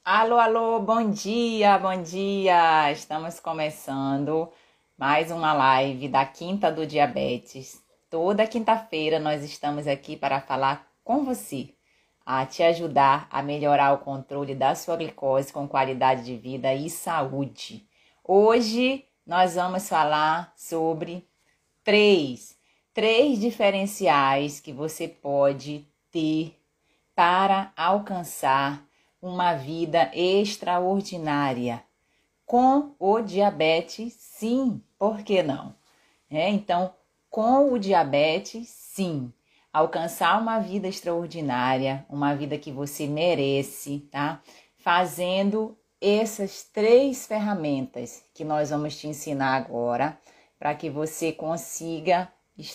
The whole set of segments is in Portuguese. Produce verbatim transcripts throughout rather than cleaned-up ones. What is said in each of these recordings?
Alô, alô, bom dia, bom dia! Estamos começando mais uma live da Quinta do Diabetes. Toda quinta-feira nós estamos aqui para falar com você, a te ajudar a melhorar o controle da sua glicose com qualidade de vida e saúde. Hoje nós vamos falar sobre três, três diferenciais que você pode ter para alcançar uma vida extraordinária. Com o diabetes, sim, por que não? É, então, com o diabetes, sim, alcançar uma vida extraordinária, uma vida que você merece, tá? Fazendo essas três ferramentas que nós vamos te ensinar agora, para que você consiga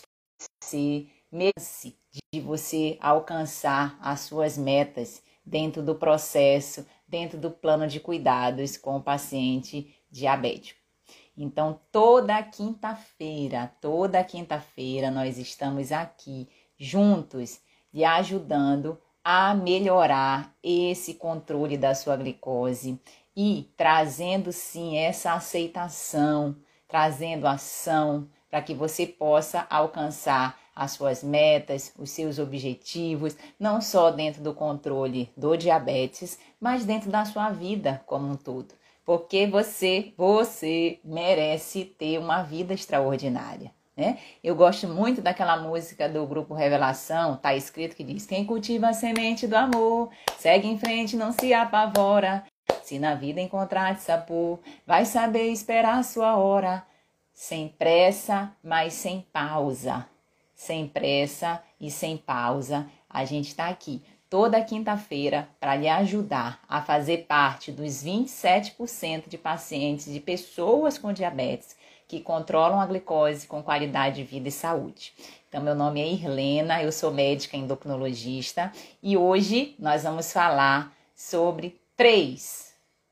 ser merece de você alcançar as suas metas dentro do processo, dentro do plano de cuidados com o paciente diabético. Então, toda quinta-feira, toda quinta-feira nós estamos aqui juntos lhe ajudando a melhorar esse controle da sua glicose e trazendo sim essa aceitação, trazendo ação para que você possa alcançar as suas metas, os seus objetivos, não só dentro do controle do diabetes, mas dentro da sua vida como um todo. Porque você, você merece ter uma vida extraordinária, né? Eu gosto muito daquela música do grupo Revelação, tá escrito que diz: quem cultiva a semente do amor, segue em frente, não se apavora. Se na vida encontrar de sapor, vai saber esperar a sua hora. Sem pressa, mas sem pausa. Sem pressa e sem pausa, a gente está aqui toda quinta-feira para lhe ajudar a fazer parte dos vinte e sete por cento de pacientes, de pessoas com diabetes, que controlam a glicose com qualidade de vida e saúde. Então, meu nome é Irlena, eu sou médica endocrinologista e hoje nós vamos falar sobre três,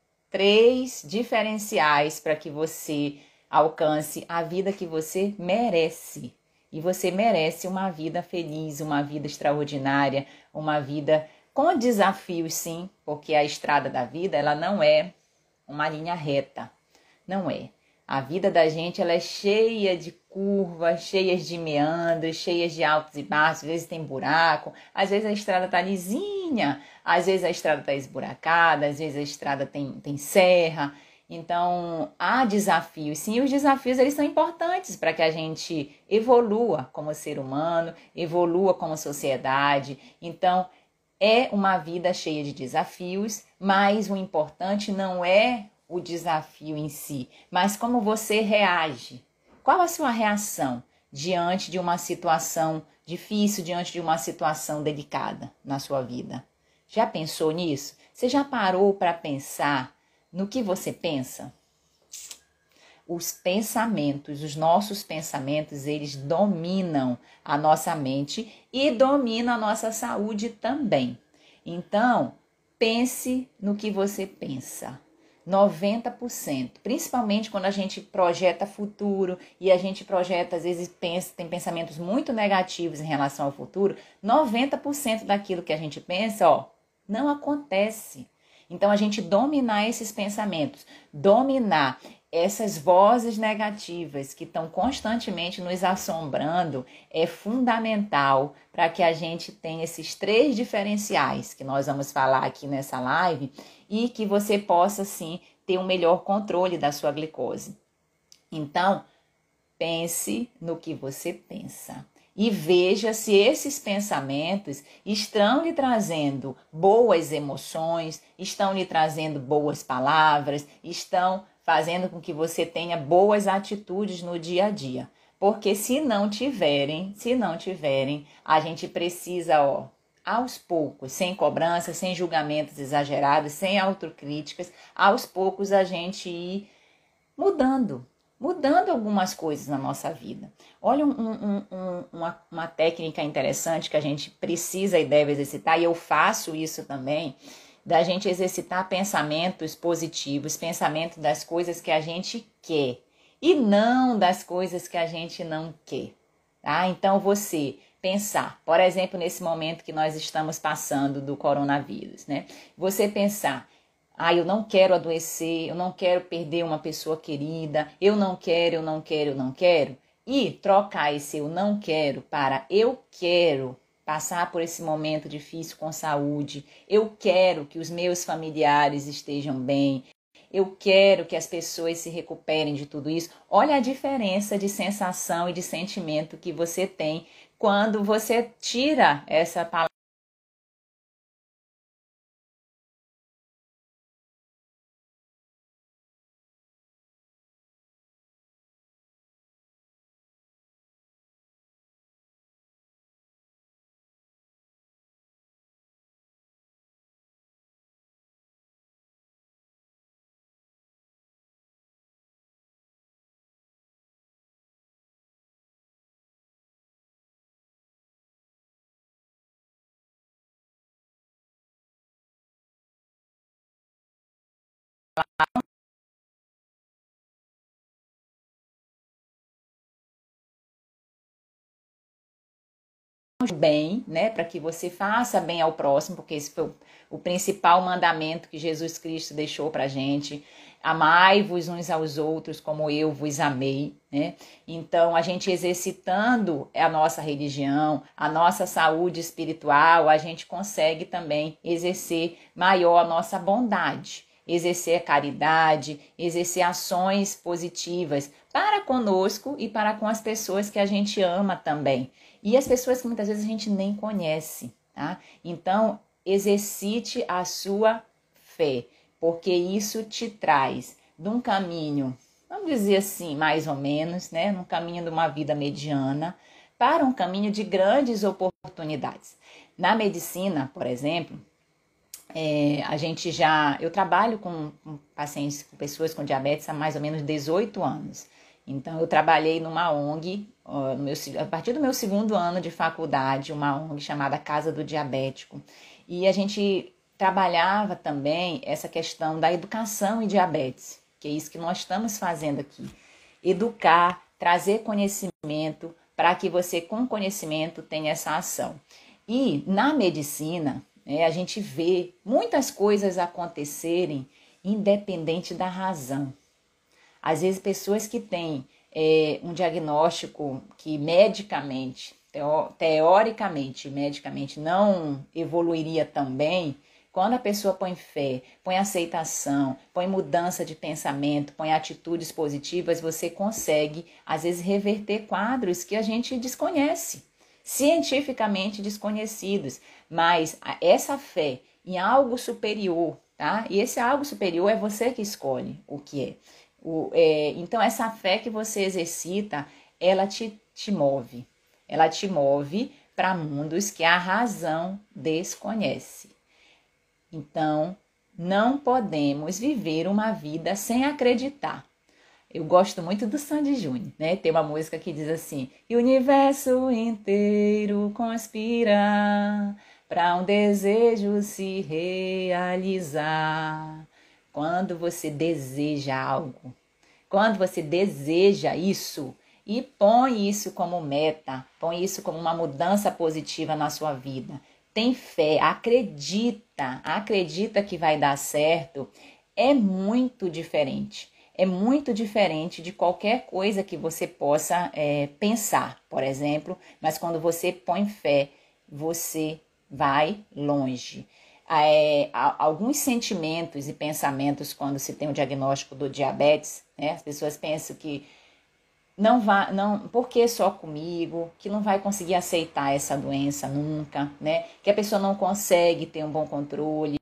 três diferenciais para que você alcance a vida que você merece. E você merece uma vida feliz, uma vida extraordinária, uma vida com desafios, sim, porque a estrada da vida, ela não é uma linha reta, não é. A vida da gente, ela é cheia de curvas, cheia de meandros, cheia de altos e baixos, às vezes tem buraco, às vezes a estrada tá lisinha, às vezes a estrada tá esburacada, às vezes a estrada tem, tem serra. Então, há desafios, sim, os desafios eles são importantes para que a gente evolua como ser humano, evolua como sociedade. Então, é uma vida cheia de desafios, mas o importante não é o desafio em si, mas como você reage. Qual a sua reação diante de uma situação difícil, diante de uma situação delicada na sua vida? Já pensou nisso? Você já parou para pensar no que você pensa? Os pensamentos, os nossos pensamentos, eles dominam a nossa mente e dominam a nossa saúde também. Então, pense no que você pensa. noventa por cento, principalmente quando a gente projeta futuro e a gente projeta, às vezes pensa, tem pensamentos muito negativos em relação ao futuro, noventa por cento daquilo que a gente pensa, ó, não acontece. Então, a gente dominar esses pensamentos, dominar essas vozes negativas que estão constantemente nos assombrando é fundamental para que a gente tenha esses três diferenciais que nós vamos falar aqui nessa live e que você possa, sim, ter um melhor controle da sua glicose. Então, pense no que você pensa. E veja se esses pensamentos estão lhe trazendo boas emoções, estão lhe trazendo boas palavras, estão fazendo com que você tenha boas atitudes no dia a dia. Porque se não tiverem, se não tiverem, a gente precisa, ó, aos poucos, sem cobrança, sem julgamentos exagerados, sem autocríticas, aos poucos a gente ir mudando. Mudando algumas coisas na nossa vida. Olha um, um, um, uma, uma técnica interessante que a gente precisa e deve exercitar, e eu faço isso também, da gente exercitar pensamentos positivos, pensamento das coisas que a gente quer, e não das coisas que a gente não quer. Tá? Então você pensar, por exemplo, nesse momento que nós estamos passando do coronavírus, né? Você pensar, Ah, eu não quero adoecer, eu não quero perder uma pessoa querida, eu não quero, eu não quero, eu não quero. E trocar esse eu não quero para eu quero passar por esse momento difícil com saúde, eu quero que os meus familiares estejam bem, eu quero que as pessoas se recuperem de tudo isso. Olha a diferença de sensação e de sentimento que você tem quando você tira essa palavra bem, né, para que você faça bem ao próximo, porque esse foi o, o principal mandamento que Jesus Cristo deixou para a gente. Amai-vos uns aos outros como eu vos amei, né? Então, a gente exercitando a nossa religião, a nossa saúde espiritual, a gente consegue também exercer maior a nossa bondade, exercer a caridade, exercer ações positivas para conosco e para com as pessoas que a gente ama também. E as pessoas que muitas vezes a gente nem conhece, tá? Então, exercite a sua fé, porque isso te traz de um caminho, vamos dizer assim, mais ou menos, né? Num caminho de uma vida mediana, para um caminho de grandes oportunidades. Na medicina, por exemplo, é, a gente já, eu trabalho com, com pacientes, com pessoas com diabetes há mais ou menos dezoito anos. Então, eu trabalhei numa O N G, ó, no meu, a partir do meu segundo ano de faculdade, uma O N G chamada Casa do Diabético. E a gente trabalhava também essa questão da educação em diabetes, que é isso que nós estamos fazendo aqui. Educar, trazer conhecimento, para que você, com conhecimento, tenha essa ação. E na medicina, né, a gente vê muitas coisas acontecerem independente da razão. Às vezes, pessoas que têm é, um diagnóstico que medicamente, teo, teoricamente, medicamente não evoluiria tão bem, quando a pessoa põe fé, põe aceitação, põe mudança de pensamento, põe atitudes positivas, você consegue, às vezes, reverter quadros que a gente desconhece, cientificamente desconhecidos. Mas essa fé em algo superior, tá? E esse algo superior é você que escolhe o que é. O, é, então, essa fé que você exercita, ela te, te move. Ela te move para mundos que a razão desconhece. Então, não podemos viver uma vida sem acreditar. Eu gosto muito do Sandy Júnior, né? Tem uma música que diz assim: e o universo inteiro conspira para um desejo se realizar. Quando você deseja algo, quando você deseja isso e põe isso como meta, põe isso como uma mudança positiva na sua vida, tem fé, acredita, acredita que vai dar certo, é muito diferente. É muito diferente de qualquer coisa que você possa é, pensar, por exemplo, mas quando você põe fé, você vai longe. É, alguns sentimentos e pensamentos quando se tem o diagnóstico do diabetes, né? As pessoas pensam que não vai, não, por que só comigo? Que não vai conseguir aceitar essa doença nunca, né? Que a pessoa não consegue ter um bom controle.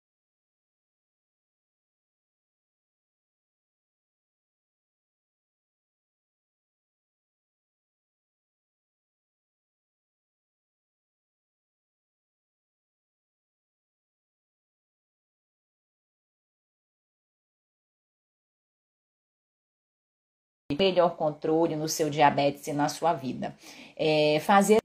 Melhor controle no seu diabetes e na sua vida. É, fazer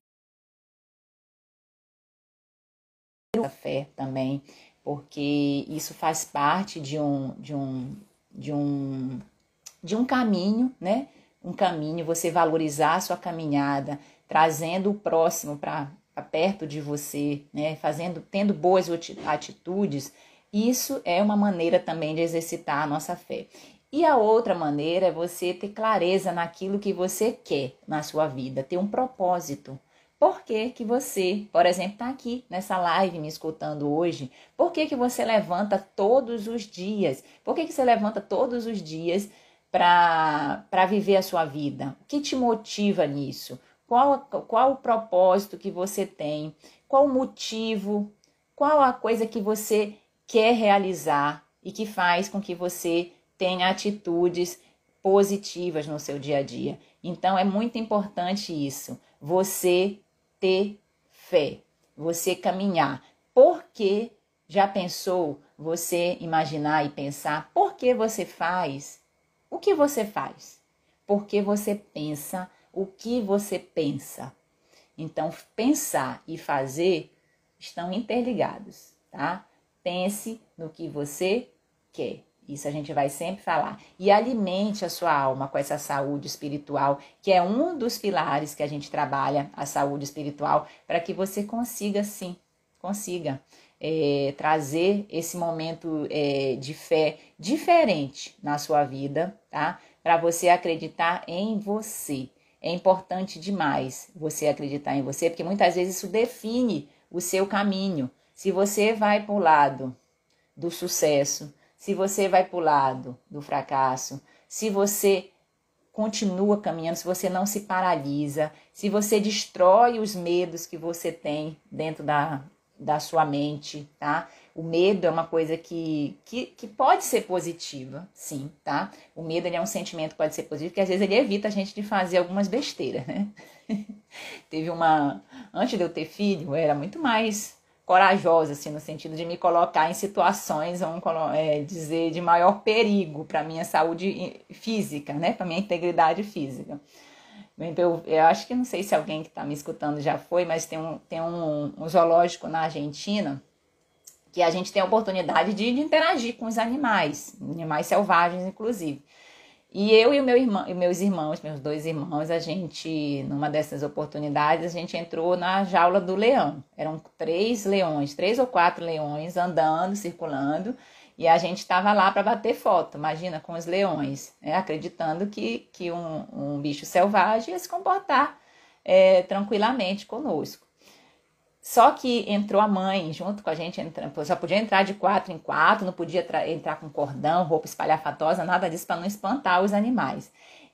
a fé também, porque isso faz parte de um, de um, de um, de um caminho, né? Um caminho, você valorizar a sua caminhada, trazendo o próximo para perto de você, né? Fazendo, tendo boas atitudes, Isso é uma maneira também de exercitar a nossa fé. E a outra maneira é você ter clareza naquilo que você quer na sua vida, ter um propósito. Por que que você, por exemplo, está aqui nessa live me escutando hoje? Por que que você levanta todos os dias? Por que que você levanta todos os dias para para viver a sua vida? O que te motiva nisso? Qual, qual o propósito que você tem? Qual o motivo? Qual a coisa que você quer realizar e que faz com que você tenha atitudes positivas no seu dia a dia? Então é muito importante isso, você ter fé, você caminhar. Porque já pensou você imaginar e pensar por que você faz o que você faz? Porque você pensa o que você pensa. Então pensar e fazer estão interligados, tá? Pense no que você quer. Isso a gente vai sempre falar. E alimente a sua alma com essa saúde espiritual, que é um dos pilares que a gente trabalha, a saúde espiritual, para que você consiga, sim, consiga é, trazer esse momento é, de fé diferente na sua vida, tá? Para você acreditar em você. É importante demais você acreditar em você, porque muitas vezes isso define o seu caminho. Se você vai para o lado do sucesso, se você vai para o lado do fracasso, se você continua caminhando, se você não se paralisa, se você destrói os medos que você tem dentro da, da sua mente, tá? O medo é uma coisa que, que, que pode ser positiva, sim, tá? O medo ele é um sentimento que pode ser positivo, porque às vezes ele evita a gente de fazer algumas besteiras, né? Teve uma... Antes de eu ter filho, eu era muito mais corajosa, assim, no sentido de me colocar em situações, vamos é, dizer, de maior perigo para a minha saúde física, né? Para a minha integridade física. Eu, eu acho que, não sei se alguém que está me escutando já foi, mas tem um, tem um, um zoológico na Argentina que a gente tem a oportunidade de, de interagir com os animais, animais selvagens, inclusive. E eu e o meu irmão, e meus irmãos, meus dois irmãos, a gente, numa dessas oportunidades, a gente entrou na jaula do leão. Eram três leões, três ou quatro leões andando, circulando, e a gente estava lá para bater foto, imagina, com os leões, né? Acreditando que, que um, um bicho selvagem ia se comportar é, tranquilamente conosco. Só que entrou a mãe junto com a gente, só podia entrar de quatro em quatro, não podia entrar com cordão, roupa espalhafatosa, nada disso para não espantar os animais.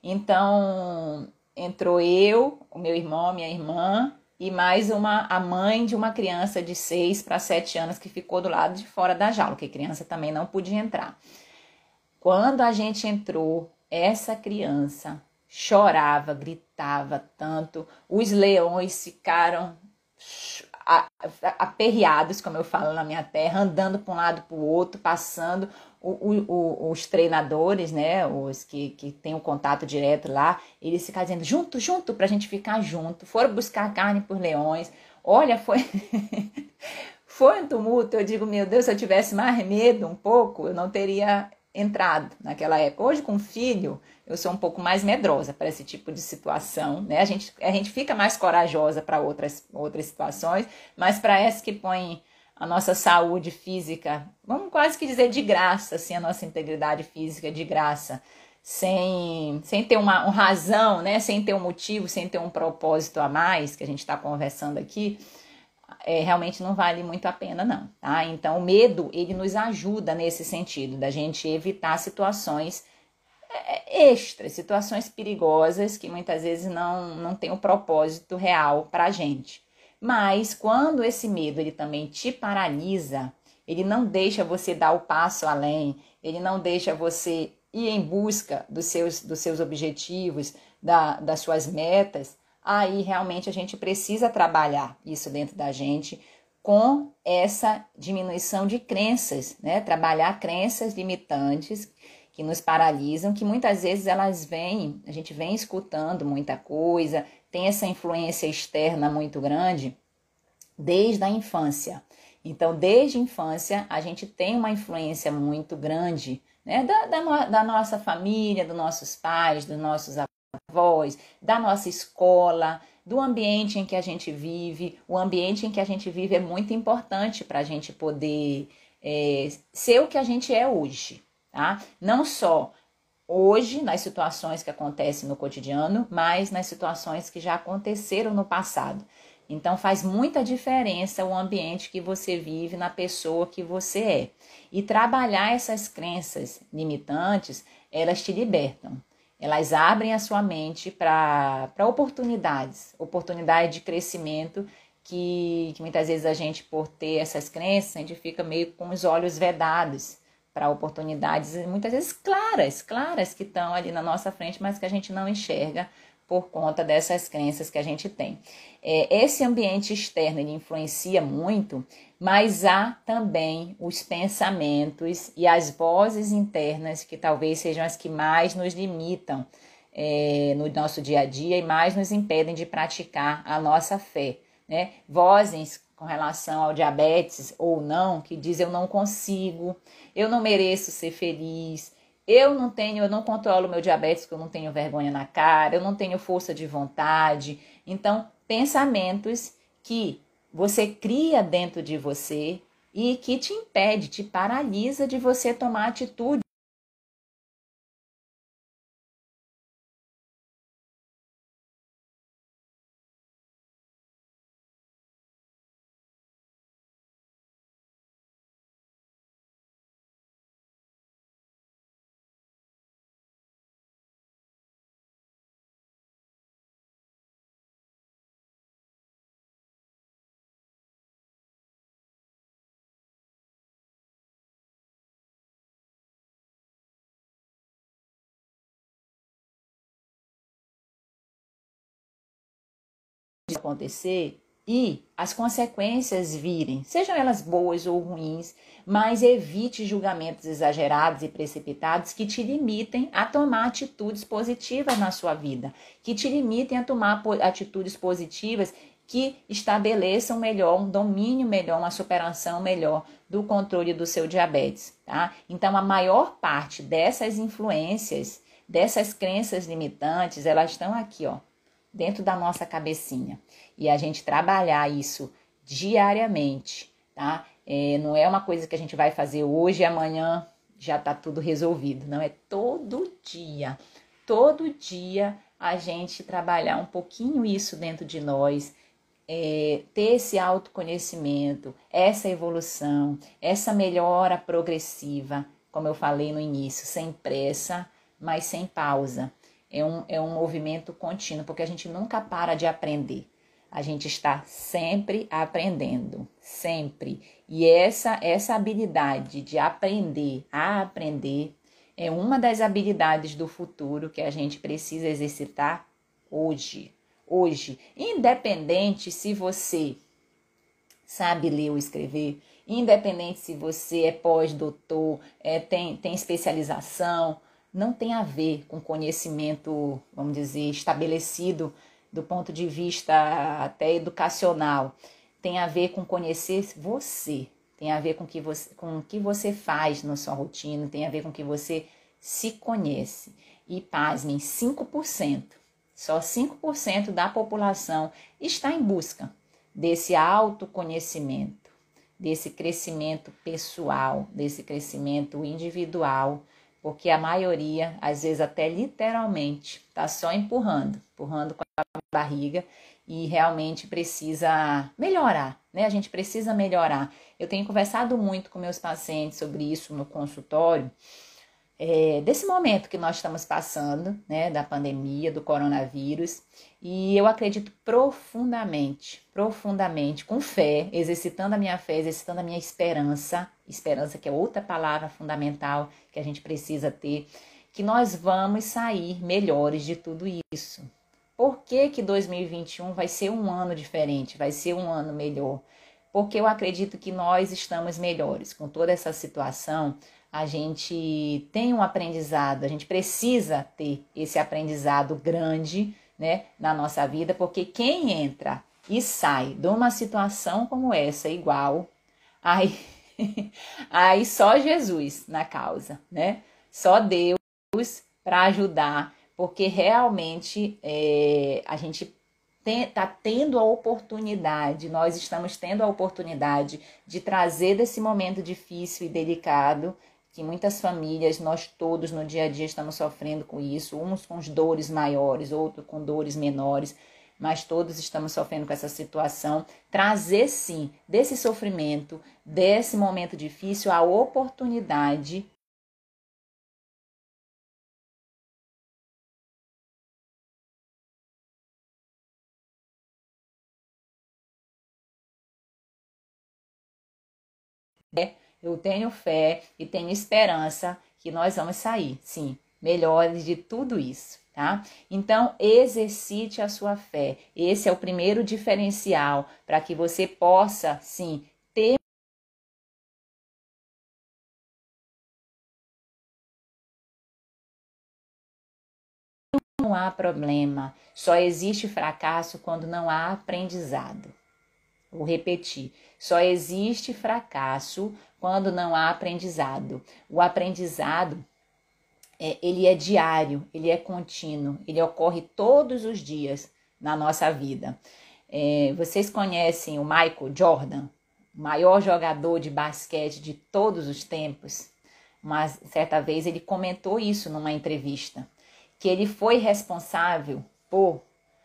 Então, entrou eu, o meu irmão, minha irmã e mais uma, a mãe de uma criança de seis para sete anos que ficou do lado de fora da jaula, porque criança também não podia entrar. Quando a gente entrou, essa criança chorava, gritava tanto, os leões ficaram aperreados, como eu falo na minha terra, andando para um lado para o outro, passando o, o, o, os treinadores, né, os que, que têm o contato direto lá, eles ficam dizendo junto, junto, para a gente ficar junto, foram buscar carne por leões. Olha, foi foi um tumulto. Eu digo, meu Deus, se eu tivesse mais medo um pouco, eu não teria entrado naquela época. Hoje, com filho, eu sou um pouco mais medrosa para esse tipo de situação, né? A gente, a gente fica mais corajosa para outras, outras situações, mas para essa que põe a nossa saúde física, vamos quase que dizer de graça, assim, a nossa integridade física de graça, sem, sem ter uma, uma razão, né? Sem ter um motivo, sem ter um propósito a mais, que a gente está conversando aqui, É, realmente não vale muito a pena, não, tá? Então, o medo, ele nos ajuda nesse sentido, da gente evitar situações extras, situações perigosas que muitas vezes não, não tem um propósito real pra gente. Mas, quando esse medo, ele também te paralisa, ele não deixa você dar o passo além, ele não deixa você ir em busca dos seus, dos seus objetivos, da, das suas metas, aí realmente a gente precisa trabalhar isso dentro da gente com essa diminuição de crenças, né? Trabalhar crenças limitantes que nos paralisam, que muitas vezes elas vêm, a gente vem escutando muita coisa, tem essa influência externa muito grande desde a infância. Então, desde a infância, a gente tem uma influência muito grande, né? Da, da, da nossa família, dos nossos pais, dos nossos avós, da nossa escola, do ambiente em que a gente vive. O ambiente em que a gente vive é muito importante para a gente poder é, ser o que a gente é hoje, tá? Não só hoje, nas situações que acontecem no cotidiano, mas nas situações que já aconteceram no passado. Então faz muita diferença o ambiente que você vive na pessoa que você é. E trabalhar essas crenças limitantes, elas te libertam. Elas abrem a sua mente para oportunidades, oportunidade de crescimento que, que muitas vezes a gente, por ter essas crenças, a gente fica meio com os olhos vedados para oportunidades, muitas vezes claras, claras que estão ali na nossa frente, mas que a gente não enxerga por conta dessas crenças que a gente tem. É, esse ambiente externo, ele influencia muito, mas há também os pensamentos e as vozes internas que talvez sejam as que mais nos limitam é, no nosso dia a dia e mais nos impedem de praticar a nossa fé, né? Vozes com relação ao diabetes ou não, que diz eu não consigo, eu não mereço ser feliz, eu não tenho, eu não controlo meu diabetes porque eu não tenho vergonha na cara, eu não tenho força de vontade. Então, pensamentos que você cria dentro de você e que te impede, te paralisa de você tomar atitude. Acontecer e as consequências virem, sejam elas boas ou ruins, mas evite julgamentos exagerados e precipitados que te limitem a tomar atitudes positivas na sua vida, que te limitem a tomar atitudes positivas que estabeleçam melhor, um domínio melhor, uma superação melhor do controle do seu diabetes, tá? Então, a maior parte dessas influências, dessas crenças limitantes, elas estão aqui, ó, dentro da nossa cabecinha. E a gente trabalhar isso diariamente, tá? É, não é uma coisa que a gente vai fazer hoje e amanhã já tá tudo resolvido. Não, é todo dia. Todo dia a gente trabalhar um pouquinho isso dentro de nós, é, ter esse autoconhecimento, essa evolução, essa melhora progressiva, como eu falei no início, sem pressa, mas sem pausa. É um, é um movimento contínuo, porque a gente nunca para de aprender. A gente está sempre aprendendo, sempre. E essa, essa habilidade de aprender a aprender é uma das habilidades do futuro que a gente precisa exercitar hoje. Hoje, independente se você sabe ler ou escrever, independente se você é pós-doutor, é, tem, tem especialização, não tem a ver com conhecimento, vamos dizer, estabelecido do ponto de vista até educacional. Tem a ver com conhecer você, tem a ver com que você, com o que você faz na sua rotina, tem a ver com o que você se conhece. E pasmem, cinco por cento, só cinco por cento da população está em busca desse autoconhecimento, desse crescimento pessoal, desse crescimento individual, porque a maioria, às vezes até literalmente, está só empurrando, empurrando com a barriga e realmente precisa melhorar, né? A gente precisa melhorar. Eu tenho conversado muito com meus pacientes sobre isso no consultório, é, desse momento que nós estamos passando, né, da pandemia, do coronavírus, e eu acredito profundamente, profundamente, com fé, exercitando a minha fé, exercitando a minha esperança, esperança que é outra palavra fundamental que a gente precisa ter, que nós vamos sair melhores de tudo isso. Por que que dois mil e vinte e um vai ser um ano diferente, vai ser um ano melhor? Porque eu acredito que nós estamos melhores com toda essa situação. A gente tem um aprendizado, a gente precisa ter esse aprendizado grande, né, na nossa vida, porque quem entra e sai de uma situação como essa igual, aí, aí só Jesus na causa, né? Só Deus para ajudar, porque realmente é, a gente está tendo a oportunidade, nós estamos tendo a oportunidade de trazer desse momento difícil e delicado, que muitas famílias, nós todos no dia a dia estamos sofrendo com isso, uns com dores maiores, outros com dores menores, mas todos estamos sofrendo com essa situação, trazer sim desse sofrimento, desse momento difícil, a oportunidade né? Eu tenho fé e tenho esperança que nós vamos sair, sim, melhores de tudo isso, tá? Então, exercite a sua fé. Esse é o primeiro diferencial para que você possa, sim, ter. Não há problema, só existe fracasso quando não há aprendizado. Vou repetir, só existe fracasso quando não há aprendizado. O aprendizado, é, ele é diário, ele é contínuo, ele ocorre todos os dias na nossa vida. É, vocês conhecem o Michael Jordan, o maior jogador de basquete de todos os tempos? Uma certa vez ele comentou isso numa entrevista, que ele foi responsável por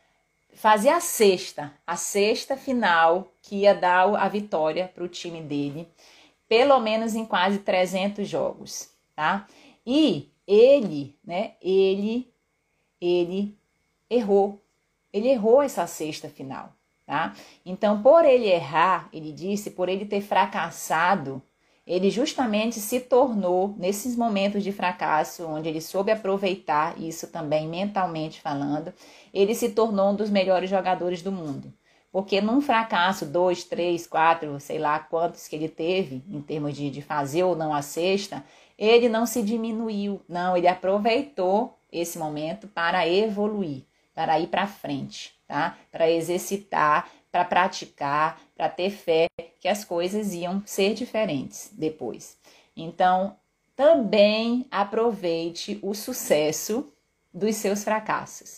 fazer a sexta, a sexta final que ia dar a vitória para o time dele, pelo menos em quase trezentos jogos, tá? E ele, né, ele, ele errou, ele errou essa sexta final, tá? Então, por ele errar, ele disse, por ele ter fracassado, ele justamente se tornou, nesses momentos de fracasso, onde ele soube aproveitar isso também mentalmente falando, ele se tornou um dos melhores jogadores do mundo. Porque num fracasso, dois, três, quatro, sei lá quantos que ele teve, em termos de, de fazer ou não a sexta, ele não se diminuiu, não, ele aproveitou esse momento para evoluir, para ir para frente, tá? Para exercitar, para praticar, para ter fé que as coisas iam ser diferentes depois. Então, também aproveite o sucesso dos seus fracassos.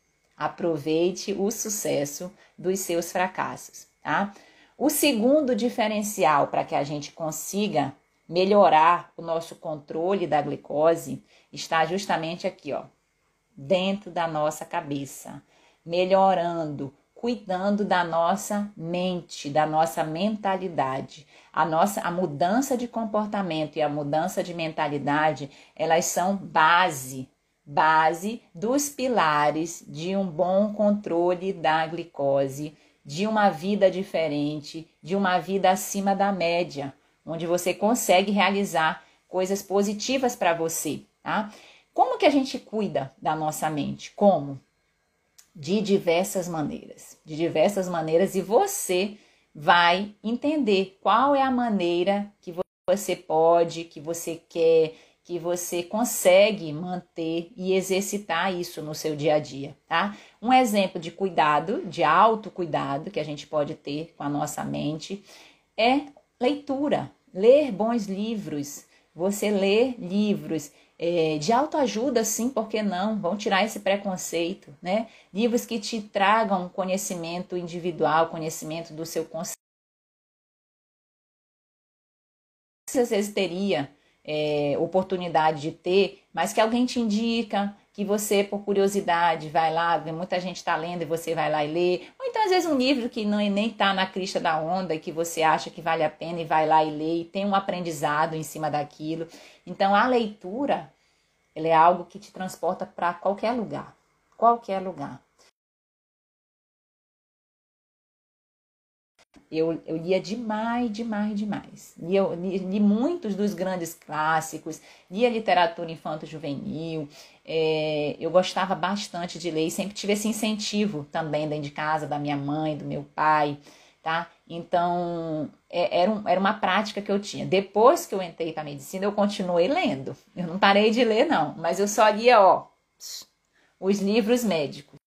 Aproveite o sucesso dos seus fracassos, tá? O segundo diferencial para que a gente consiga melhorar o nosso controle da glicose está justamente aqui, ó, dentro da nossa cabeça, melhorando, cuidando da nossa mente, da nossa mentalidade. A nossa a mudança de comportamento e a mudança de mentalidade, elas são base, base dos pilares de um bom controle da glicose, de uma vida diferente, de uma vida acima da média, onde você consegue realizar coisas positivas para você, tá? Como que a gente cuida da nossa mente? Como? De diversas maneiras, de diversas maneiras, e você vai entender qual é a maneira que você pode, que você quer, que você consegue manter e exercitar isso no seu dia a dia, tá? Um exemplo de cuidado, de autocuidado que a gente pode ter com a nossa mente é leitura, ler bons livros, você ler livros é, de autoajuda, sim, por que não? Vão tirar esse preconceito, né? Livros que te tragam conhecimento individual, conhecimento do seu conceito. Às vezes teria é, oportunidade de ter, mas que alguém te indica, que você, por curiosidade, vai lá, muita gente está lendo e você vai lá e lê. Ou então, às vezes, um livro que não, nem está na crista da onda e que você acha que vale a pena e vai lá e lê e tem um aprendizado em cima daquilo. Então, a leitura, ela é algo que te transporta para qualquer lugar, qualquer lugar. Eu, eu lia demais, demais, demais. Li, eu, li, li muitos dos grandes clássicos, lia literatura infanto-juvenil, é, eu gostava bastante de ler e sempre tive esse incentivo também dentro de casa, da minha mãe, do meu pai, tá? Então, é, era, um, era uma prática que eu tinha. Depois que eu entrei para a medicina, eu continuei lendo. Eu não parei de ler, não, mas eu só lia, ó, os livros médicos.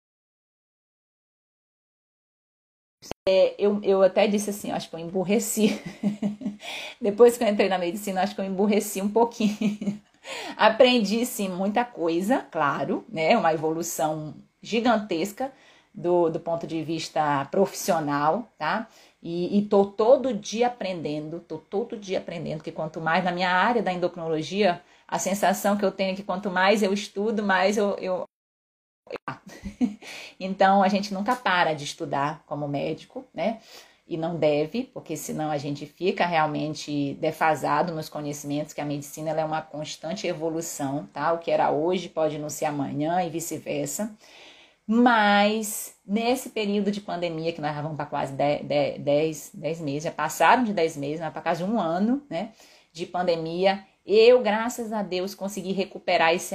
É, eu, eu até disse assim, acho que eu emburreci. Depois que eu entrei na medicina, acho que eu emburreci um pouquinho. Aprendi, sim, muita coisa, claro, né? Uma evolução gigantesca, do, do ponto de vista profissional, tá? E, e tô todo dia aprendendo, tô todo dia aprendendo, que quanto mais na minha área da endocrinologia, a sensação que eu tenho é que quanto mais eu estudo, mais eu, eu... Então, a gente nunca para de estudar como médico, né? E não deve, porque senão a gente fica realmente defasado nos conhecimentos, que a medicina ela é uma constante evolução, tá? O que era hoje pode não ser amanhã e vice-versa. Mas nesse período de pandemia, que nós já vamos para quase dez meses, já passaram de dez meses, mas para quase um ano, né, de pandemia, eu, graças a Deus, consegui recuperar esse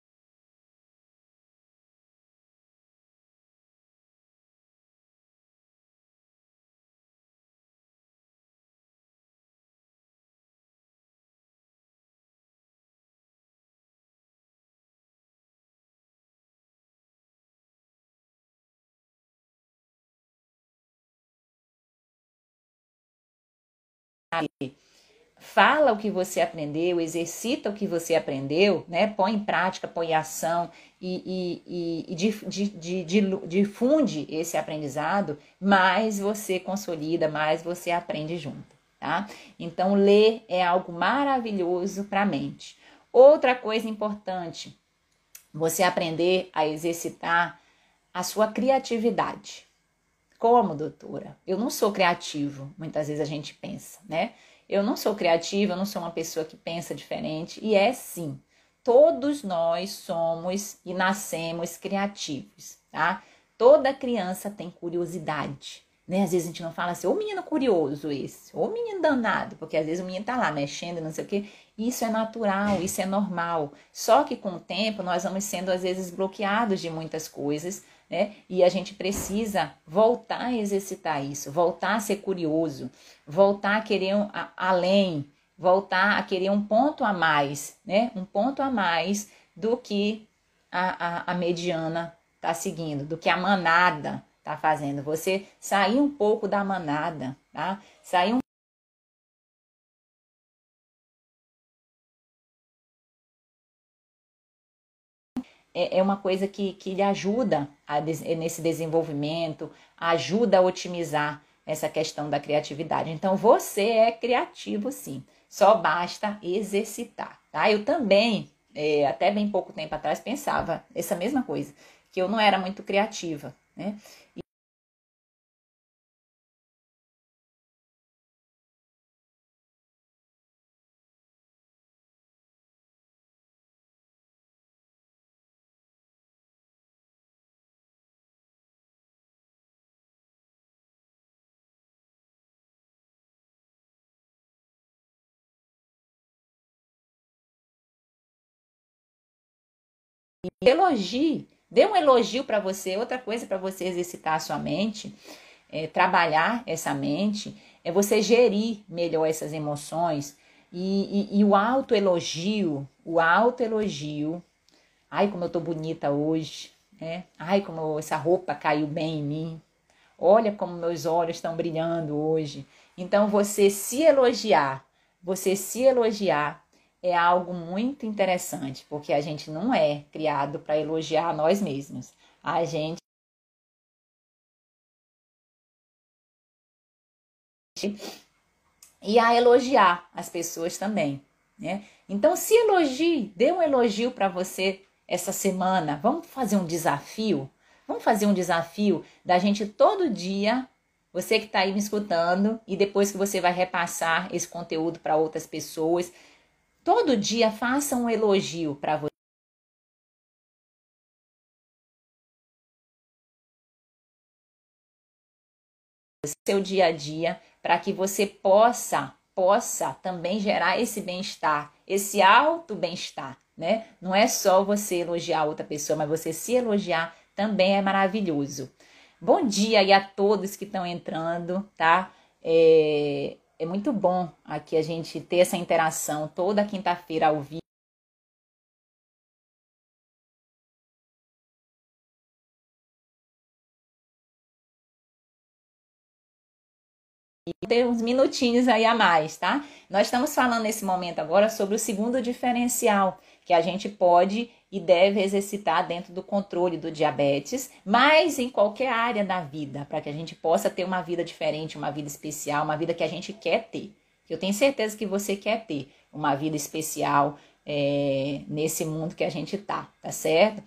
fala o que você aprendeu, exercita o que você aprendeu, né? Põe em prática, põe em ação e, e, e, e dif, di, di, di, difunde esse aprendizado, mais você consolida, mais você aprende junto, tá? Então, ler é algo maravilhoso para a mente. Outra coisa importante, você aprender a exercitar a sua criatividade. Como, doutora? Eu não sou criativo, muitas vezes a gente pensa, né? Eu não sou criativa, eu não sou uma pessoa que pensa diferente, e é sim. Todos nós somos e nascemos criativos, tá? Toda criança tem curiosidade, né? Às vezes a gente não fala assim, ô menino curioso esse, ô menino danado, porque às vezes o menino tá lá mexendo, não sei o quê. Isso é natural, isso é normal. Só que com o tempo nós vamos sendo às vezes bloqueados de muitas coisas, né? E a gente precisa voltar a exercitar isso, voltar a ser curioso, voltar a querer um, a, além, voltar a querer um ponto a mais, né? Um ponto a mais do que a, a, a mediana está seguindo, do que a manada está fazendo. Você sair um pouco da manada, tá? Sair um é, é uma coisa que, que lhe ajuda a des, nesse desenvolvimento, ajuda a otimizar essa questão da criatividade. Então, você é criativo, sim. Só basta exercitar, tá? Eu também, é, até bem pouco tempo atrás, pensava essa mesma coisa, que eu não era muito criativa, né? Elogie, dê um elogio para você, outra coisa para você exercitar a sua mente, é, trabalhar essa mente, é você gerir melhor essas emoções e, e, e o autoelogio, o autoelogio, ai como eu tô bonita hoje, né? Ai como essa roupa caiu bem em mim, olha como meus olhos estão brilhando hoje. Então você se elogiar, você se elogiar é algo muito interessante, porque a gente não é criado para elogiar nós mesmos. A gente e a elogiar as pessoas também, né? Então se elogie, dê um elogio para você essa semana. Vamos fazer um desafio? Vamos fazer um desafio da gente todo dia, você que está aí me escutando, e depois que você vai repassar esse conteúdo para outras pessoas, todo dia faça um elogio para você, seu dia a dia, para que você possa, possa também gerar esse bem-estar, esse alto bem-estar, né? Não é só você elogiar outra pessoa, mas você se elogiar também é maravilhoso. Bom dia aí a todos que estão entrando, tá? É, é muito bom aqui a gente ter essa interação toda quinta-feira ao vivo. ter uns minutinhos aí a mais, tá? Nós estamos falando nesse momento agora sobre o segundo diferencial que a gente pode e deve exercitar dentro do controle do diabetes, mas em qualquer área da vida, para que a gente possa ter uma vida diferente, uma vida especial, uma vida que a gente quer ter. Eu tenho certeza que você quer ter uma vida especial é, nesse mundo que a gente tá, tá certo?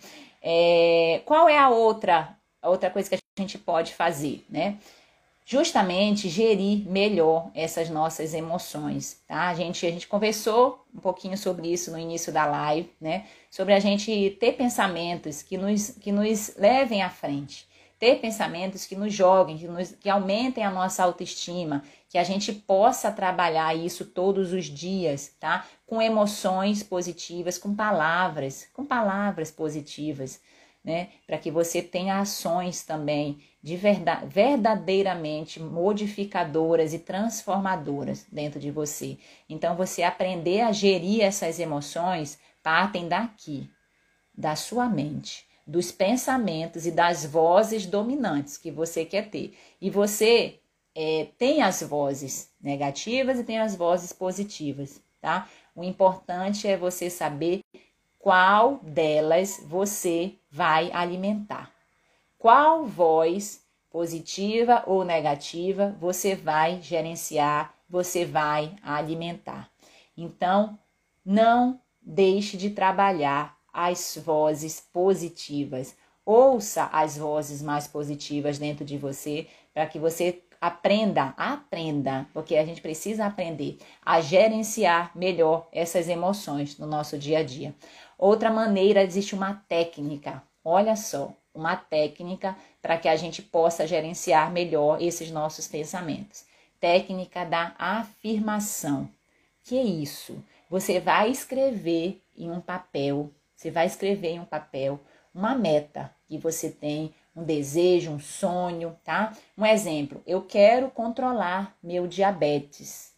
É, qual é a outra, a outra coisa que a gente pode fazer, né? Justamente gerir melhor essas nossas emoções, tá? A gente, a gente conversou um pouquinho sobre isso no início da live, né? Sobre a gente ter pensamentos que nos, que nos levem à frente, ter pensamentos que nos joguem, que, nos, que aumentem a nossa autoestima, que a gente possa trabalhar isso todos os dias, tá? Com emoções positivas, com palavras, com palavras positivas, né? Para que você tenha ações também de verdade, verdadeiramente modificadoras e transformadoras dentro de você. Então, você aprender a gerir essas emoções partem daqui, da sua mente, dos pensamentos e das vozes dominantes que você quer ter. E você é, tem as vozes negativas e tem as vozes positivas, tá? O importante é você saber qual delas você vai alimentar. Qual voz, positiva ou negativa, você vai gerenciar, você vai alimentar. Então, não deixe de trabalhar as vozes positivas. Ouça as vozes mais positivas dentro de você para que você aprenda, aprenda, porque a gente precisa aprender a gerenciar melhor essas emoções no nosso dia a dia. Outra maneira, existe uma técnica, olha só, uma técnica para que a gente possa gerenciar melhor esses nossos pensamentos. Técnica da afirmação. Que é isso? Você vai escrever em um papel, você vai escrever em um papel uma meta que você tem, um desejo, um sonho, tá? Um exemplo, eu quero controlar meu diabetes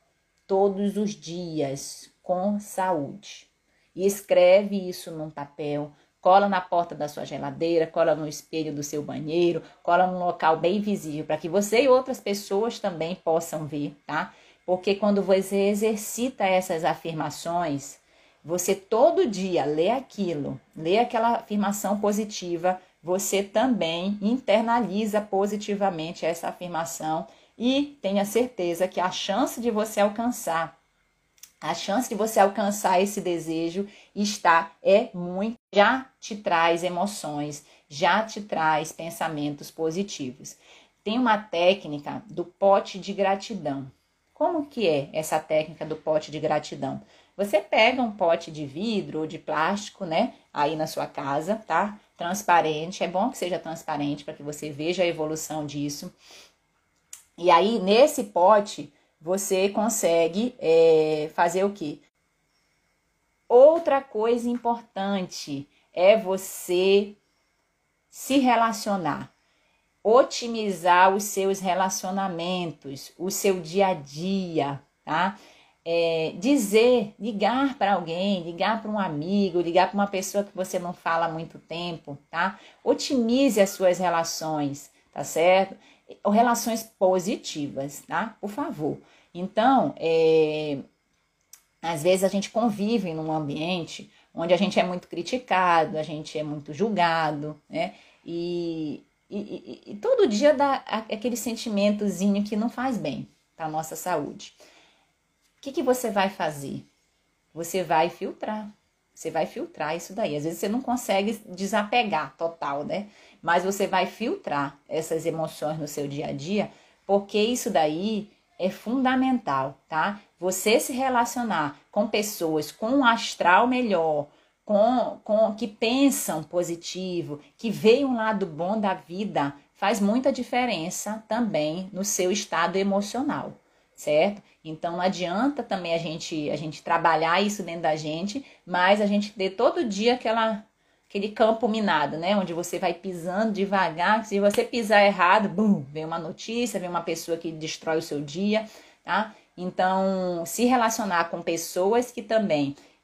todos os dias com saúde. E escreve isso num papel, cola na porta da sua geladeira, cola no espelho do seu banheiro, cola num local bem visível, para que você e outras pessoas também possam ver, tá? Porque quando você exercita essas afirmações, você todo dia lê aquilo, lê aquela afirmação positiva, você também internaliza positivamente essa afirmação e tenha certeza que a chance de você alcançar A chance de você alcançar esse desejo está, é muito, já te traz emoções, já te traz pensamentos positivos. Tem uma técnica do pote de gratidão. Como que é essa técnica do pote de gratidão? Você pega um pote de vidro ou de plástico, né, aí na sua casa, tá? Transparente, é bom que seja transparente para que você veja a evolução disso. E aí, nesse pote, você consegue é, fazer o quê? Outra coisa importante é você se relacionar, otimizar os seus relacionamentos, o seu dia a dia, tá? É, dizer, ligar para alguém, ligar para um amigo, ligar para uma pessoa que você não fala há muito tempo, tá? Otimize as suas relações, tá certo? Ou relações positivas, tá? Por favor. Então, é, às vezes a gente convive num ambiente onde a gente é muito criticado, a gente é muito julgado, né? E, e, e, e todo dia dá aquele sentimentozinho que não faz bem para a nossa saúde. O que, que você vai fazer? Você vai filtrar. Você vai filtrar isso daí. Às vezes você não consegue desapegar total, né? Mas você vai filtrar essas emoções no seu dia a dia, porque isso daí é fundamental, tá? Você se relacionar com pessoas com um astral melhor, com, com que pensam positivo, que veem um lado bom da vida, faz muita diferença também no seu estado emocional, certo? Então não adianta também a gente, a gente trabalhar isso dentro da gente, mas a gente ter todo dia aquela, aquele campo minado, né? Onde você vai pisando devagar, se você pisar errado, bum, vem uma notícia, vem uma pessoa que destrói o seu dia, tá? Então, se relacionar com pessoas que também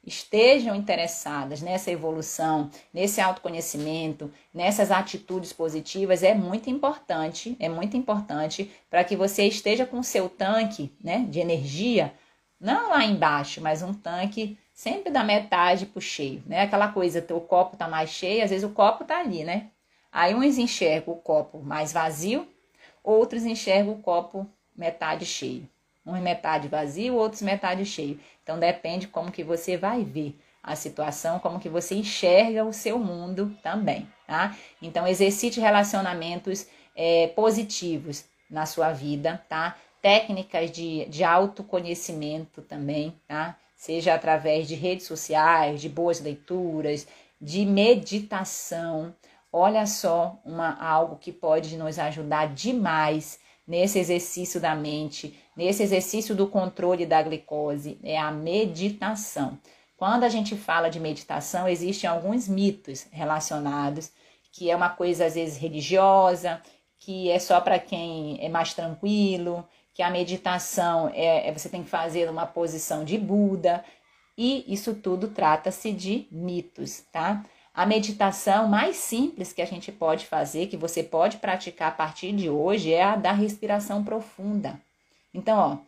estejam interessadas nessa evolução, nesse autoconhecimento, nessas atitudes positivas, é muito importante, é muito importante para que você esteja com o seu tanque, né, de energia, não lá embaixo, mas um tanque sempre da metade pro cheio, né? Aquela coisa, teu copo tá mais cheio, às vezes o copo tá ali, né? Aí uns enxergam o copo mais vazio, outros enxergam o copo metade cheio. Uns metade vazio, outros metade cheio. Então depende como que você vai ver a situação, como que você enxerga o seu mundo também, tá? Então exercite relacionamentos é, positivos na sua vida, tá? Técnicas de, de autoconhecimento também, tá? Seja através de redes sociais, de boas leituras, de meditação. Olha só uma, algo que pode nos ajudar demais nesse exercício da mente, nesse exercício do controle da glicose, é a meditação. Quando a gente fala de meditação, existem alguns mitos relacionados, que é uma coisa às vezes religiosa, que é só para quem é mais tranquilo, que a meditação é, é você tem que fazer uma posição de Buda, e isso tudo trata-se de mitos, tá? A meditação mais simples que a gente pode fazer, que você pode praticar a partir de hoje, é a da respiração profunda. Então, ó,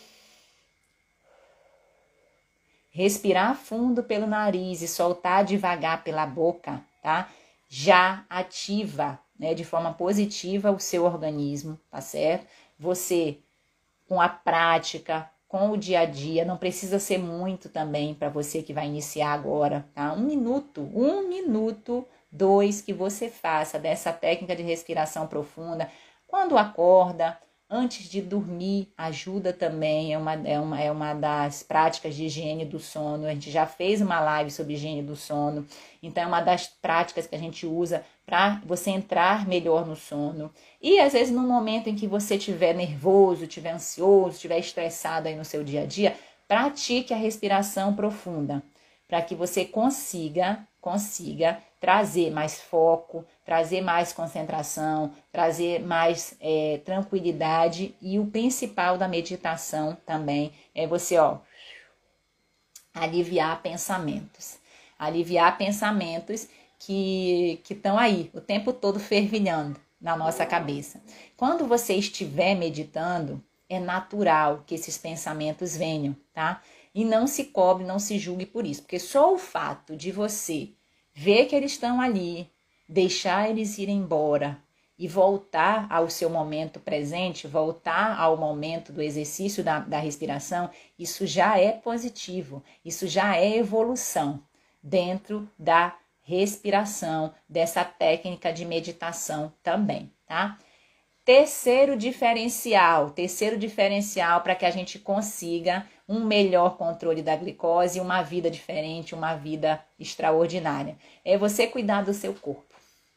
respirar fundo pelo nariz e soltar devagar pela boca, tá? Já ativa, né, de forma positiva o seu organismo, tá certo? Você, com a prática, com o dia a dia, não precisa ser muito também para você que vai iniciar agora, tá? Um minuto, um minuto, dois, que você faça dessa técnica de respiração profunda. Quando acorda, antes de dormir, ajuda também, é uma, é uma, é uma das práticas de higiene do sono. A gente já fez uma live sobre higiene do sono, então é uma das práticas que a gente usa para você entrar melhor no sono. E às vezes no momento em que você estiver nervoso, estiver ansioso, estiver estressado aí no seu dia a dia, pratique a respiração profunda, para que você consiga, consiga trazer mais foco, trazer mais concentração, trazer mais é, tranquilidade. E o principal da meditação também é você, ó, aliviar pensamentos. Aliviar pensamentos que estão aí o tempo todo fervilhando na nossa cabeça. Quando você estiver meditando, é natural que esses pensamentos venham, tá? E não se cobre, não se julgue por isso, porque só o fato de você ver que eles estão ali, deixar eles ir embora e voltar ao seu momento presente, voltar ao momento do exercício da, da respiração, isso já é positivo, isso já é evolução dentro da respiração, dessa técnica de meditação também, tá? Terceiro diferencial, terceiro diferencial para que a gente consiga um melhor controle da glicose, uma vida diferente, uma vida extraordinária, é você cuidar do seu corpo.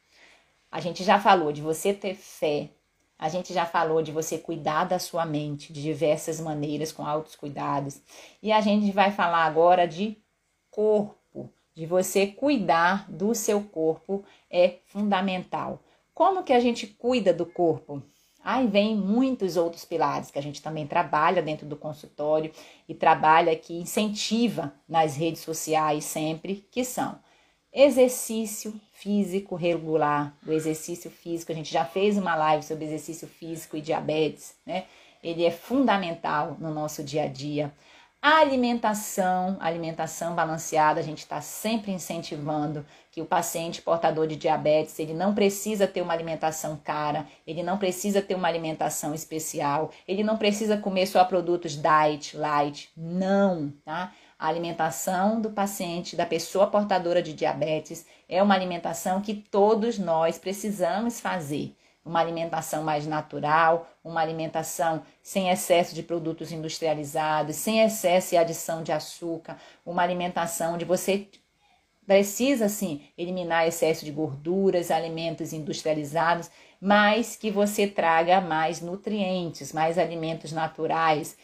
A gente já falou de você ter fé, a gente já falou de você cuidar da sua mente de diversas maneiras, com altos cuidados, e a gente vai falar agora de corpo. De você cuidar do seu corpo é fundamental. Como que a gente cuida do corpo? Aí vem muitos outros pilares que a gente também trabalha dentro do consultório e trabalha que incentiva nas redes sociais sempre, que são exercício físico regular. O exercício físico, a gente já fez uma live sobre exercício físico e diabetes, né? Ele é fundamental no nosso dia a dia. A alimentação, alimentação balanceada, a gente está sempre incentivando que o paciente portador de diabetes, ele não precisa ter uma alimentação cara, ele não precisa ter uma alimentação especial, ele não precisa comer só produtos diet, light, não, tá? A alimentação do paciente, da pessoa portadora de diabetes, é uma alimentação que todos nós precisamos fazer. Uma alimentação mais natural, uma alimentação sem excesso de produtos industrializados, sem excesso e adição de açúcar, uma alimentação onde você precisa, sim, eliminar excesso de gorduras, alimentos industrializados, mas que você traga mais nutrientes, mais alimentos naturais.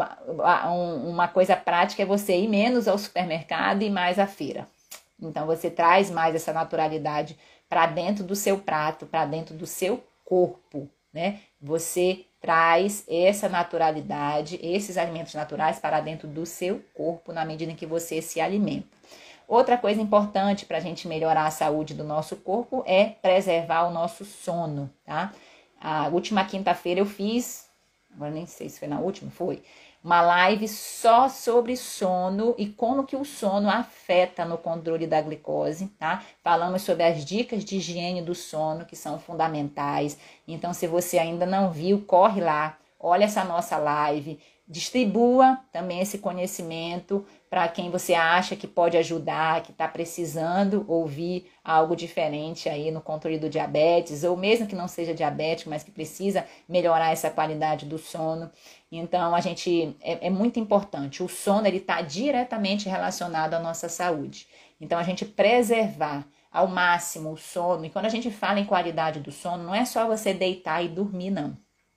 Uma coisa prática é você ir menos ao supermercado e mais à feira. Então, você traz mais essa naturalidade para dentro do seu prato, para dentro do seu corpo, né? Você traz essa naturalidade, esses alimentos naturais para dentro do seu corpo na medida em que você se alimenta. Outra coisa importante para a gente melhorar a saúde do nosso corpo é preservar o nosso sono, tá? A última quinta-feira eu fiz, agora nem sei se foi na última, foi, uma live só sobre sono e como que o sono afeta no controle da glicose, tá? Falamos sobre as dicas de higiene do sono, que são fundamentais. Então, se você ainda não viu, corre lá, olha essa nossa live, distribua também esse conhecimento para quem você acha que pode ajudar, que está precisando ouvir algo diferente aí no controle do diabetes, ou mesmo que não seja diabético, mas que precisa melhorar essa qualidade do sono. Então, a gente, é, é muito importante, o sono ele está diretamente relacionado à nossa saúde. Então, a gente preservar ao máximo o sono, e quando a gente fala em qualidade do sono, não é só você deitar e dormir, não,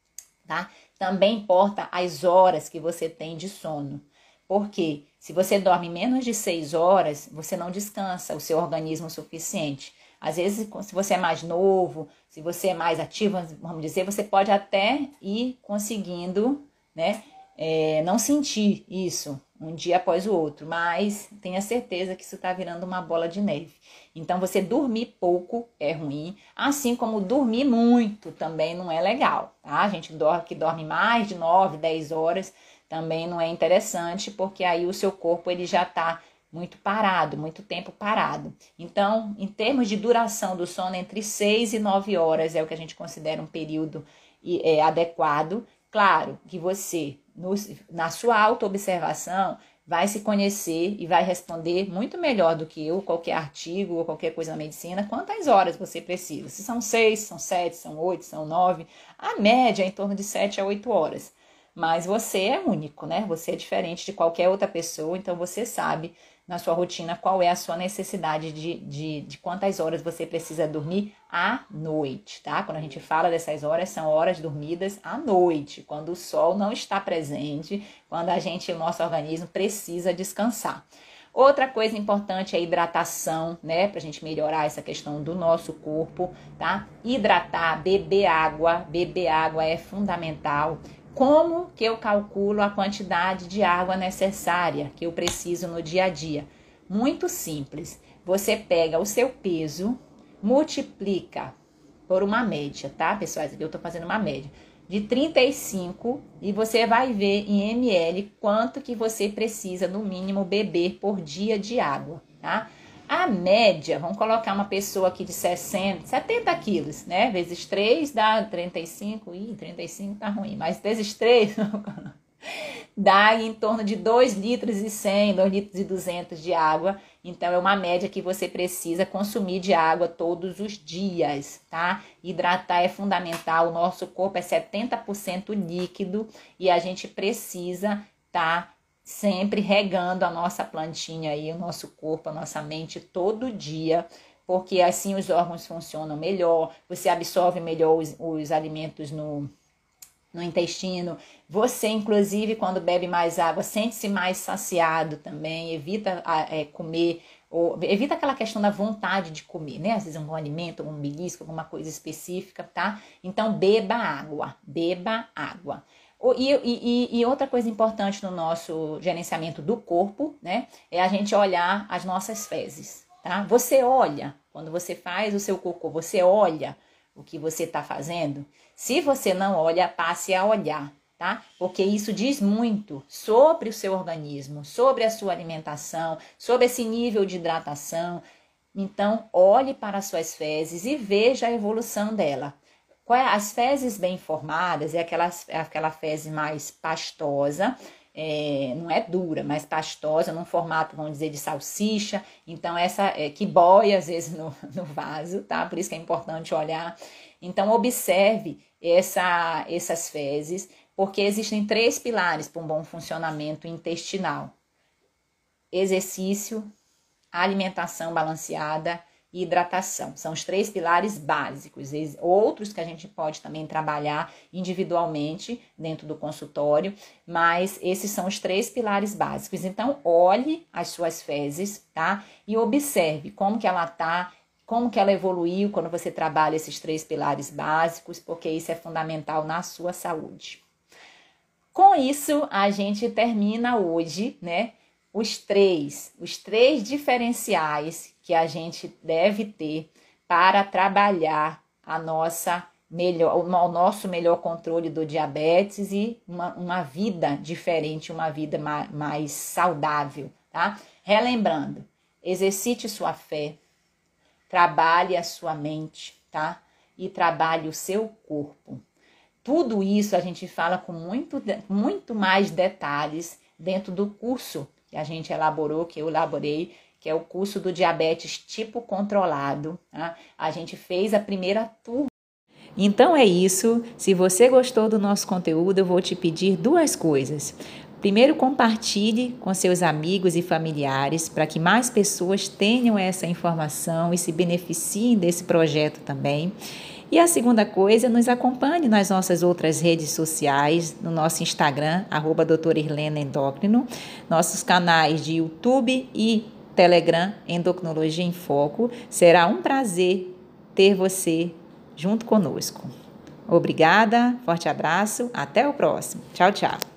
tá? Também importa as horas que você tem de sono. Porque se você dorme menos de seis horas, você não descansa o seu organismo o suficiente. Às vezes, se você é mais novo, se você é mais ativo, vamos dizer, você pode até ir conseguindo, né, é, não sentir isso um dia após o outro, mas tenha certeza que isso está virando uma bola de neve. Então, você dormir pouco é ruim, assim como dormir muito também não é legal, tá? A gente dorme, que dorme mais de nove, dez horas, também não é interessante, porque aí o seu corpo ele já está muito parado, muito tempo parado. Então, em termos de duração do sono, entre seis e nove horas é o que a gente considera um período é, adequado. Claro que você, no, na sua autoobservação, vai se conhecer e vai responder muito melhor do que eu, qualquer artigo ou qualquer coisa na medicina, quantas horas você precisa. Se são seis, são sete, são oito, são nove, a média é em torno de sete a oito horas. Mas você é único, né? Você é diferente de qualquer outra pessoa, então você sabe na sua rotina qual é a sua necessidade de, de, de quantas horas você precisa dormir à noite, tá? Quando a gente fala dessas horas, são horas dormidas à noite, quando o sol não está presente, quando a gente, o nosso organismo precisa descansar. Outra coisa importante é a hidratação, né? Pra gente melhorar essa questão do nosso corpo, tá? Hidratar, beber água, beber água é fundamental. Como que eu calculo a quantidade de água necessária que eu preciso no dia a dia? Muito simples. Você pega o seu peso, multiplica por uma média, tá, pessoal? Aqui eu tô fazendo uma média de trinta e cinco e você vai ver em ml quanto que você precisa, no mínimo, beber por dia de água, tá? A média, vamos colocar uma pessoa aqui de sessenta, setenta quilos, né? Vezes três dá trinta e cinco. Ih, trinta e cinco tá ruim, mas vezes três dá em torno de dois litros e cem, dois litros e duzentos de água. Então, é uma média que você precisa consumir de água todos os dias, tá? Hidratar é fundamental. O nosso corpo é setenta por cento líquido e a gente precisa tá sempre regando a nossa plantinha aí, o nosso corpo, a nossa mente todo dia, porque assim os órgãos funcionam melhor, você absorve melhor os, os alimentos no, no intestino, você inclusive quando bebe mais água sente-se mais saciado também, evita é, comer, ou, evita aquela questão da vontade de comer, né? Às vezes um alimento, um belisco, alguma coisa específica, tá? Então beba água, beba água. E, e, e outra coisa importante no nosso gerenciamento do corpo, né, é a gente olhar as nossas fezes, tá? Você olha, quando você faz o seu cocô, você olha o que você está fazendo. Se você não olha, passe a olhar, tá? Porque isso diz muito sobre o seu organismo, sobre a sua alimentação, sobre esse nível de hidratação. Então, olhe para as suas fezes e veja a evolução dela. As fezes bem formadas é aquela, é aquela fezes mais pastosa, é, não é dura, mas pastosa, num formato, vamos dizer, de salsicha. Então, essa é, que boia às vezes no, no vaso, tá? Por isso que é importante olhar. Então, observe essa, essas fezes, porque existem três pilares para um bom funcionamento intestinal: exercício, alimentação balanceada e hidratação. São os três pilares básicos. Outros que a gente pode também trabalhar individualmente dentro do consultório, mas esses são os três pilares básicos. Então, olhe as suas fezes, tá? E observe como que ela tá, como que ela evoluiu quando você trabalha esses três pilares básicos, porque isso é fundamental na sua saúde. Com isso, a gente termina hoje, né, os três, os três diferenciais que a gente deve ter para trabalhar a nossa melhor, o nosso melhor controle do diabetes e uma, uma vida diferente, uma vida mais, mais saudável, tá? Relembrando, exercite sua fé, trabalhe a sua mente, tá? E trabalhe o seu corpo. Tudo isso a gente fala com muito, muito mais detalhes dentro do curso que a gente elaborou, que eu elaborei, que é o curso do diabetes tipo controlado, tá? A gente fez a primeira turma. Então é isso. Se você gostou do nosso conteúdo, eu vou te pedir duas coisas. Primeiro, compartilhe com seus amigos e familiares para que mais pessoas tenham essa informação e se beneficiem desse projeto também. E a segunda coisa, nos acompanhe nas nossas outras redes sociais, no nosso Instagram, arroba doutora Irlena Endócrino, nossos canais de YouTube e Telegram, Endocrinologia em Foco. Será um prazer ter você junto conosco. Obrigada, forte abraço, até o próximo. Tchau, tchau.